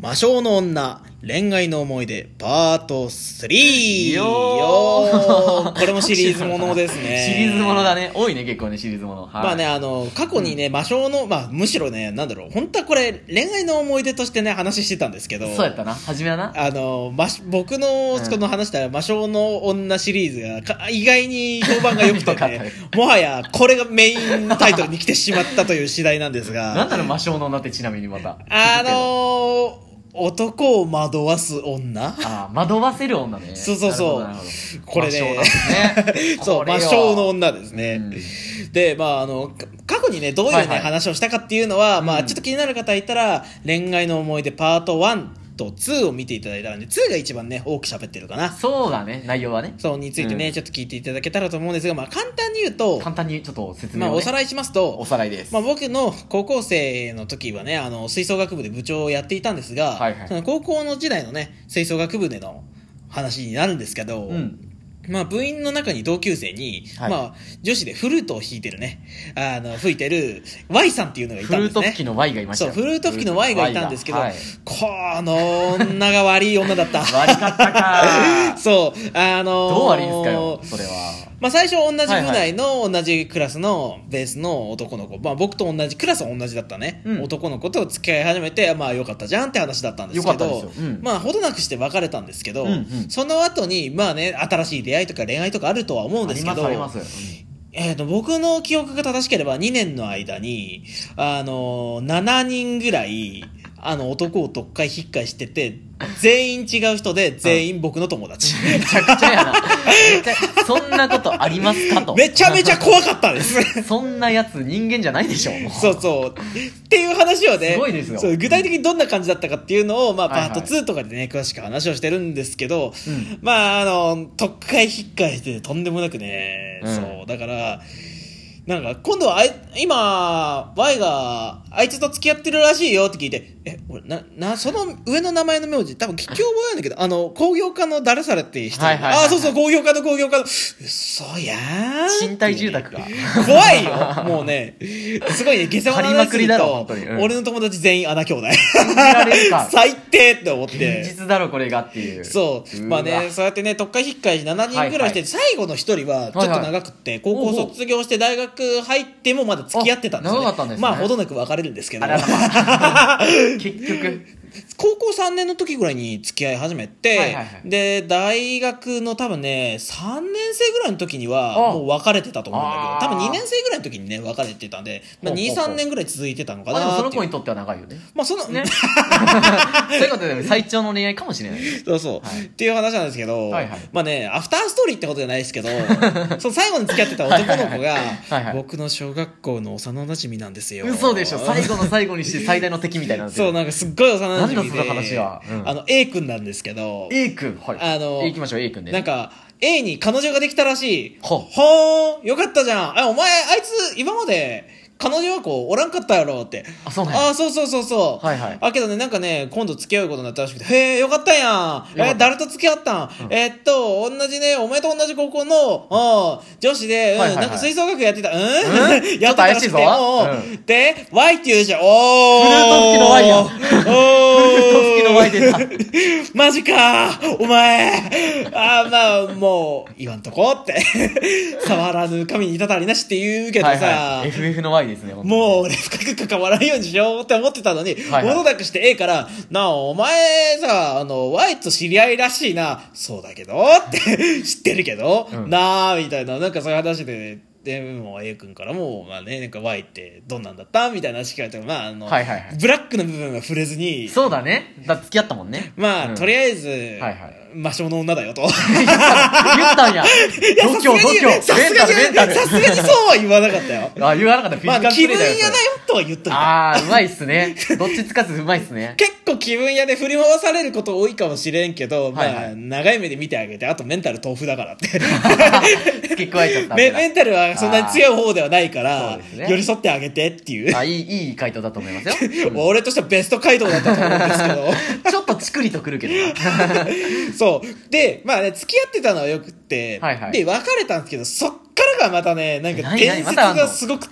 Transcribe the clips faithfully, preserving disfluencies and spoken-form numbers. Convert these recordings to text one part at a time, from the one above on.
魔性の女恋愛の思い出パートスリー。 よーよーこれもシリーズものですね。 シリーズものだね。多いね、結構ね、シリーズもの。はい、 まあね、あの、過去にね、魔性の、まあ、むしろね、なんだろう、本当はこれ、恋愛の思い出としてね、話してたんですけど。 そうやったな。初めはな。 あの、ま、僕の、この話した魔性の女シリーズが、意外に評判が良くてね、もはや、これがメインタイトルに来てしまったという次第なんですが。 なんだろう、魔性の女ってちなみにまた。 あのー、男を惑わす女。 ああ、惑わせる女ね。 そうそうそう。これね。そう、魔性の女ですね。うん、で、まあ、あの、過去にね、どういうね、はいはい、話をしたかっていうのは、まあ、ちょっと気になる方いたら、恋愛の思い出パートワンとツーを見ていただいたらね、ツーが一番ね、多く喋ってるかな。 そうだね、内容はね。 そう、についてね、うん、ちょっと聞いていただけたらと思うんですが、まあ、簡単に言うと、 簡単にちょっと説明を、ね、 まあ、おさらいしますと、 おさらいです。 まあ、僕の高校生の時はね、あの、吹奏楽部で部長をやっていたんですが、はいはい、その高校の時代のね、吹奏楽部での話になるんですけど、うん、まあ、部員の中に同級生に、はい、まあ、女子でフルートを弾いてるね、あの、吹いてる Y さんっていうのがいたんですね。 フルート吹きの Y がいましたよ。 そう、フルート吹きの Y がいたんですけど、はい、この女が悪い女だった。 悪かったかそう、あのー、 どう悪いんですかよ、それは。 まあ、最初同じ部内の同じクラスのベースの男の子、まあ、僕と同じクラスは同じだったね、うん、男の子と付き合い始めて、まあよかったじゃんって話だったんですけど、うん、まあほどなくして別れたんですけど、うんうん、その後にまあね、新しい出会いとか恋愛とかあるとは思うんですけど、ありますあります、えーと、僕の記憶が正しければにねんの間に、あのー、しちにんぐらい、あの男をどっかい引っかいしてて、全員違う人で全員僕の友達。 めちゃくちゃやな。そんなことありますかと。 めちゃめちゃ怖かったです。 そんなやつ人間じゃないでしょ。 そうそう。っていう話をね、 すごいですよ。 そう具体的にどんな感じだったかっていうのを、まあ、パートツーとかでね、詳しく話をしてるんですけど、うん、まあ、あの、特会引っかいしてとんでもなくね、うん、そう、だから、なんか、今度はあい、今、Y が、あいつと付き合ってるらしいよって聞いて、え、俺、な、な、その上の名前の名字、多分聞き覚えなんだけど、あの、工業科の誰されって人、はいはいはいはい、あ、そうそう、工業科の工業科の、嘘やーん。 賃貸住宅が。 怖いよ、もうね。すごいね、下世話な話すると、 うん、 俺の友達全員穴兄弟。 信じられるか。 最低って思って。 現実だろ、これがっていう。 そう。まあね、そうやってね、特会引っかいしちにんぐらいして、はいはい、最後のひとりは、ちょっと長くって、はいはい、高校卒業して大学入ってもまだ付き合ってたんですよね。 長かったんですね。 まあ、ほどなく別れるんですけど。 結局。 高校さんねんの時ぐらいに付き合い始めて、はいはいはい、で、大学の多分ね、さんねん生ぐらいの時にはもう別れてたと思うんだけど、多分にねん生ぐらいの時にね、別れてたんで、まあ、に、さんねんぐらい続いてたのかな。 まあ、でもその子にとっては長いよね。まあ、その、ね。そういうことで最長の恋愛かもしれない。 そうそう。はい、っていう話なんですけど、はいはい、まあね、アフターストーリーってことじゃないですけど、その最後に付き合ってた男の子が、僕の小学校の幼馴染なんですよ。 嘘でしょ。最後の最後にして最大の敵みたいな。 そう、なんかすっごい幼馴染で。 なんだその話は。 うん、あの A 君なんですけど A 君はいあの A 行きましょう A 君でなんか A に彼女ができたらしいほほーよかったじゃんあお前あいつ今まで彼女はこうおらんかったやろってあそうねあそうそうそうそうはいはいあけどねなんかね今度付き合うことになったらしくてへえよかったやんえ誰と付き合ったん、うん、えー、っと同じねお前と同じ高校のあ女子で、うんはいはいはい、なんか吹奏楽やってたうん、うん、やってたらしくてうん、で Y って言うじゃんおーフルート吹きの Y やんおーフルート吹きの Y 出たマジかお前あまあもう言わんとこって触らぬ神にたたりなしって言うけどさ、はいはい、エフエフ の Yですねもう俺深く関わらんようにしようって思ってたのに、はいはい、ものなくして A からなあお前さあの Y と知り合いらしいなそうだけどって知ってるけど、うん、なあみたいななんかそういう話ででもう A 君からもまあねなんか Y ってどんなんだったみたいな話聞かれてまああの、はいはいはい、ブラックの部分は触れずにそうだねだって付き合ったもんねまあ、うん、とりあえず、はいはい魔性の女だよと言ったんや度胸度胸メンタルメンタルさすがにそうは言わなかったよあ言わなかったフィジカルプレイだよ、まあ、 気分屋だよとは言っといたああうまいっすねどっちつかずうまいっすね結構気分屋で振り回されること多いかもしれんけど、はいはい、まあ長い目で見てあげてあとメンタル豆腐だからって付け加えちゃったメメンタルはそんなに強い方ではないから、ね、寄り添ってあげてっていうあいいいい回答だと思いますよ、 うん、俺としてはベスト回答だったと思うんですけどちょっとチクリとくるけどなそうでまあね付き合ってたのはよくって、はいはい、で別れたんですけどそっからがまたね、なんか伝説がすごくって、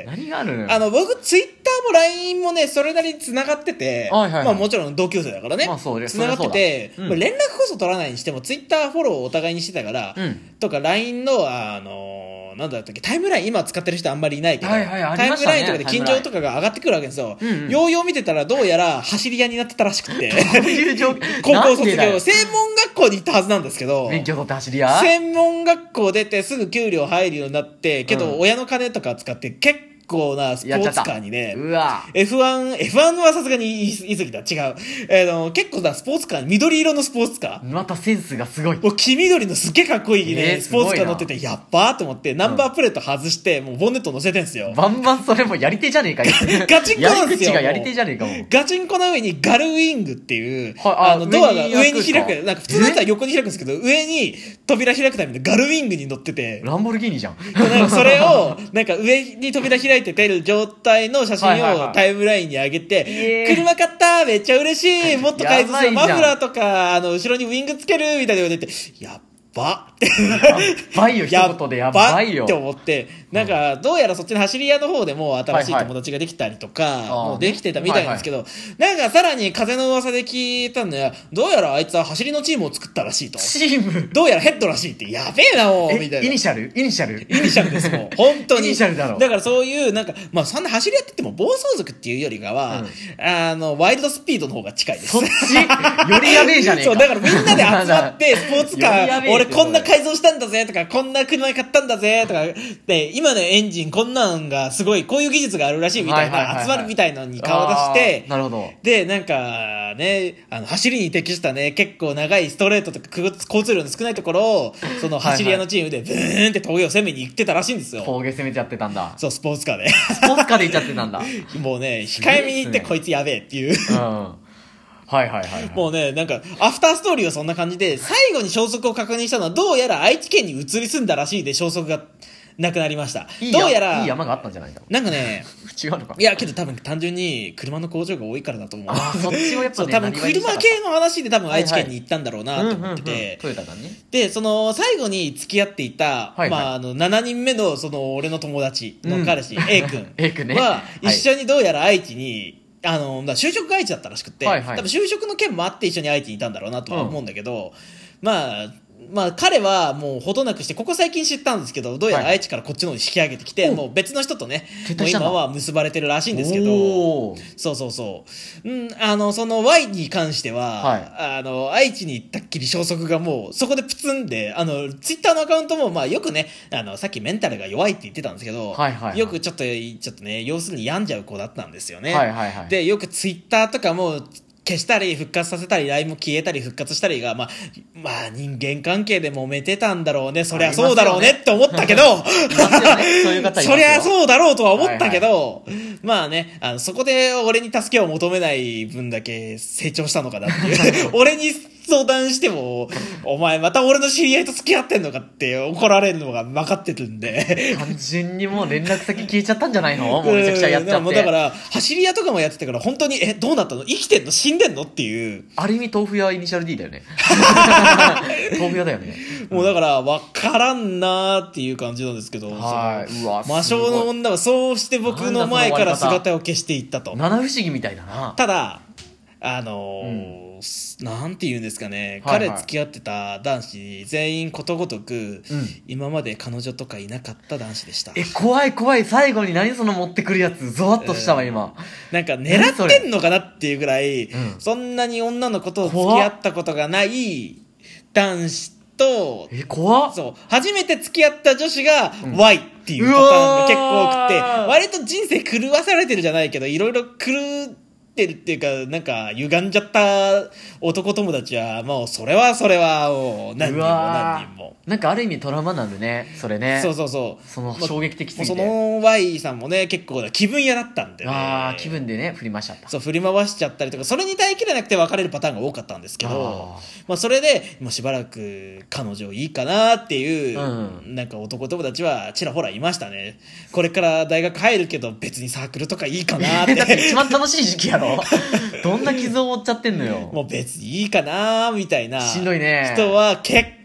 何があるの？ あの、僕、ツイッターも ライン もね、それなりに繋がってて、 はいはいはい、 まあもちろん同級生だからね、まあそう繋がってて、うん、まあ、連絡こそ取らないにしても、ツイッターフォローをお互いにしてたから、うん、とか ライン の、あの、なんだったっけ、タイムライン今使ってる人あんまりいないけど、 はいはい、 タイムラインとかで近況とかが上がってくるわけですよ。うんうん、ようよう見てたらどうやら走り屋になってたらしくて。 どういう状況？ 高校卒業、専門学校に行ったはずなんですけど、 免許取って走り屋？ 専門学校出てすぐ給料入るようになって、けど親の金とか使って結構、結構なスポーツカーにね、 うわエフワン、エフワン はさすがに言い過ぎた。違う。えー、の結構なスポーツカーに緑色のスポーツカー。 またセンスがすごい。 もう黄緑のすっげえかっこいいね、えー、スポーツカー乗ってて、やっばーと思って、ナンバープレート外して、もうボンネット乗せてんすよ。 バンバンそれもやり手じゃねえかよ。 ガチンコなんですよ。 やり口がやり手じゃねえかも。 ガチンコの上にガルウィングっていう、はい、あ, あのドアが上に開く。なんか普通のやつは横に開くんですけど、上に扉開くためにガルウィングに乗ってて。 ランボルギーニじゃん。 なんかそれを、なんか上に扉開いて出る状態体の写真をタイムラインに上げて、はいはいはい、車買っためっちゃ嬉しいもっと改造するマフラーとかあの後ろにウィングつけるみたいなこと言ってやっばってやばいよ一言でやばいよって思ってなんかどうやらそっちの走り屋の方でも新しい友達ができたりとか、はいはい、もうできてたみたいなんですけど、はいはい、なんかさらに風の噂で聞いたんだよどうやらあいつは走りのチームを作ったらしいとチームどうやらヘッドらしいってやべえなもうみたいなイニシャルイニシャルイニシャルですもう本当にイニシャルだろだからそういうなんかまあそんな走り屋って言っても暴走族っていうよりかは、うん、あのワイルドスピードの方が近いですそっちよりやべえじゃねえかそうだからみんなで集まってスポーツカー俺こんな改造したんだぜとかこんな車買ったんだぜとかで今のエンジンこんなんがすごいこういう技術があるらしいみたいな集まるみたいのに顔出してなるほどでなんかねあの走りに適したね結構長いストレートとか交通量の少ないところをその走り屋のチームでブーンって峠を攻めに行ってたらしいんですよ峠攻めちゃってたんだそうスポーツカーでスポーツカーで行っちゃってたんだもうね控えめに行ってこいつやべえっていう、うんはいはいはい、はい、 もうね、なんか、アフターストーリーはそんな感じで、最後に消息を確認したのは、どうやら愛知県に移り住んだらしいで消息がなくなりました。 いいどうやら、 いい山があったんじゃないかなんかね、 違うのかいや、けど多分単純に車の工場が多いからだと思う。 あ、そっちをやっぱね、 そう、多分車系の話で多分愛知県に行ったんだろうなと思ってて、 トヨタがね。 で、その、最後に付き合っていた、はいはい、まあ、あの、しちにんめの、その、俺の友達の彼氏、うん、A 君 A 君ねは、一緒にどうやら愛知に、あの、就職が愛知だったらしくて、はいはい、多分就職の件もあって一緒に愛知にいたんだろうなとは思うんだけど、うん、まあ、まあ彼はもうほどなくしてここ最近知ったんですけどどうやら愛知からこっちの方に引き上げてきて、はい、もう別の人とねもう今は結ばれてるらしいんですけどそうそうそう、うん、あのその Y に関しては、はい、あの愛知に行ったっきり消息がもうそこでプツンであのツイッターのアカウントもまあよくねあのさっきメンタルが弱いって言ってたんですけど、はいはいはい、よくちょっとちょっとね要するに病んじゃう子だったんですよね、はいはいはい、でよくツイッターとかも消したり復活させたり ライン も消えたり復活したりが、まあ、まあ人間関係で揉めてたんだろうねそりゃそうだろうねって思ったけどそりゃそうだろうとは思ったけど、はいはい、まあねあのそこで俺に助けを求めない分だけ成長したのかなっていう俺に相談してもお前また俺の知り合いと付き合ってんのかって怒られるのが分かってるんで単純にもう連絡先消えちゃったんじゃないのもうめちゃくちゃやっちゃってだから走り屋とかもやってたから本当にえどうなったの生きてんの死んでんのっていうある意味豆腐屋イニシャル D だよね豆腐屋だよねもうだから分からんなーっていう感じなんですけどはいうわ魔性の女はそうして僕の前から姿を消していったと七不思議みたいだなただあのーうんなんて言うんですかね、はいはい、彼付き合ってた男子全員ことごとく、うん、今まで彼女とかいなかった男子でした。 え怖い怖い最後に何その持ってくるやつゾワッとしたわ、えー、今なんか狙ってんのかなっていうぐらい、うん、そんなに女の子と付き合ったことがない男子とえ怖っそう初めて付き合った女子が Y っていうパターンが結構多くて、うん、割と人生狂わされてるじゃないけどいろいろ狂ってるっていうかなんか歪んじゃった男友達はもうそれはそれはもう何人も何人もなんかある意味トラウマなんでねそれねそうそうそうその衝撃的すぎてその Y さんもね結構気分屋だったんでねあ気分でね振り回しちゃったそう振り回しちゃったりとかそれに耐えきれなくて別れるパターンが多かったんですけどあ、まあ、それでもうしばらく彼女いいかなっていう、うん、なんか男友達はちらほらいましたねこれから大学入るけど別にサークルとかいいかなってだって一番楽しい時期やろどんな傷を負っちゃってんのよもう別にいいかなみたいなしんどいね人は結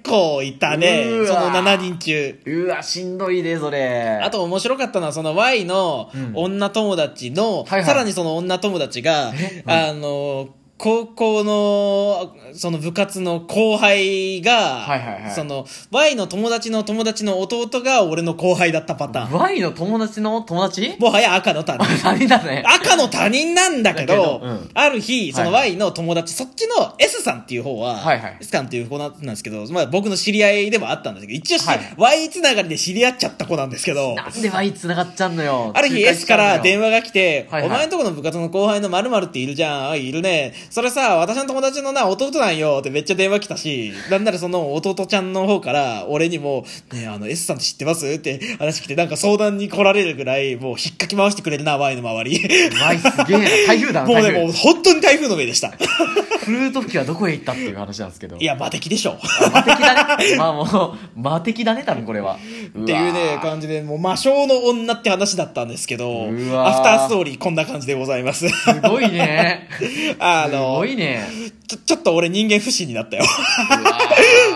構いたね。そのななにん中。 うわ、しんどいで、それ。 あと面白かったのは、その Y の女友達の、うんはいはい、さらにその女友達が、うん、あの、高校の、その部活の後輩が、はいはいはい、その、Y の友達の友達の弟が俺の後輩だったパターン。 Y の友達の友達もはや赤の他人。 他人だね。 赤の他人なんだけど、けどうん、ある日、その Y の友達、はいはい、そっちの S さんっていう方は、はいはい、S さんっていう子なんですけど、まあ僕の知り合いでもあったんですけど、一応、はい、Y つながりで知り合っちゃった子なんですけど、 なんで Y つながっちゃんのよ。 ある日 S から電話が来て、はいはい、お前んとこの部活の後輩の〇〇っているじゃん。あ、いるね。それさ、私の友達のな、弟なんよってめっちゃ電話来たし、なんならその弟ちゃんの方から、俺にも、ね、あの、S さんって知ってますって話来て、なんか相談に来られるぐらい、もう引っかき回してくれるな、Y の周り。 Y すげえな、台風だな。 もうね、もう本当に台風の目でした。 フルート吹きはどこへ行ったっていう話なんですけど。 いや、魔敵でしょ。 魔敵だね。まあもう、魔敵だね、多分これは。 っていうね、感じで、もう魔性の女って話だったんですけど、アフターストーリーこんな感じでございます。 すごいね。 あの、 すごいね。 ちょ、ちょっと俺人間不信になったよ。うわ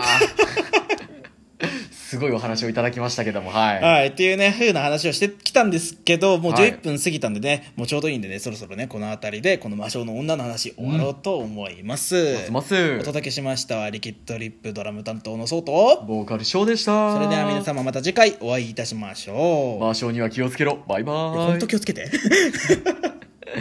すごいお話をいただきましたけども、はい。 はい。っていうね、風な話をしてきたんですけど、もうじゅういっぷん過ぎたんでね、はい、もうちょうどいいんでね、そろそろね、このあたりで、この魔性の女の話終わろうと思います。 うん、ますますお届けしましたは、リキッドリップドラム担当のソウと、 ボーカルショーでした。 それでは皆様また次回お会いいたしましょう。 魔性には気をつけろ。バイバーイ。 ほんと気をつけて。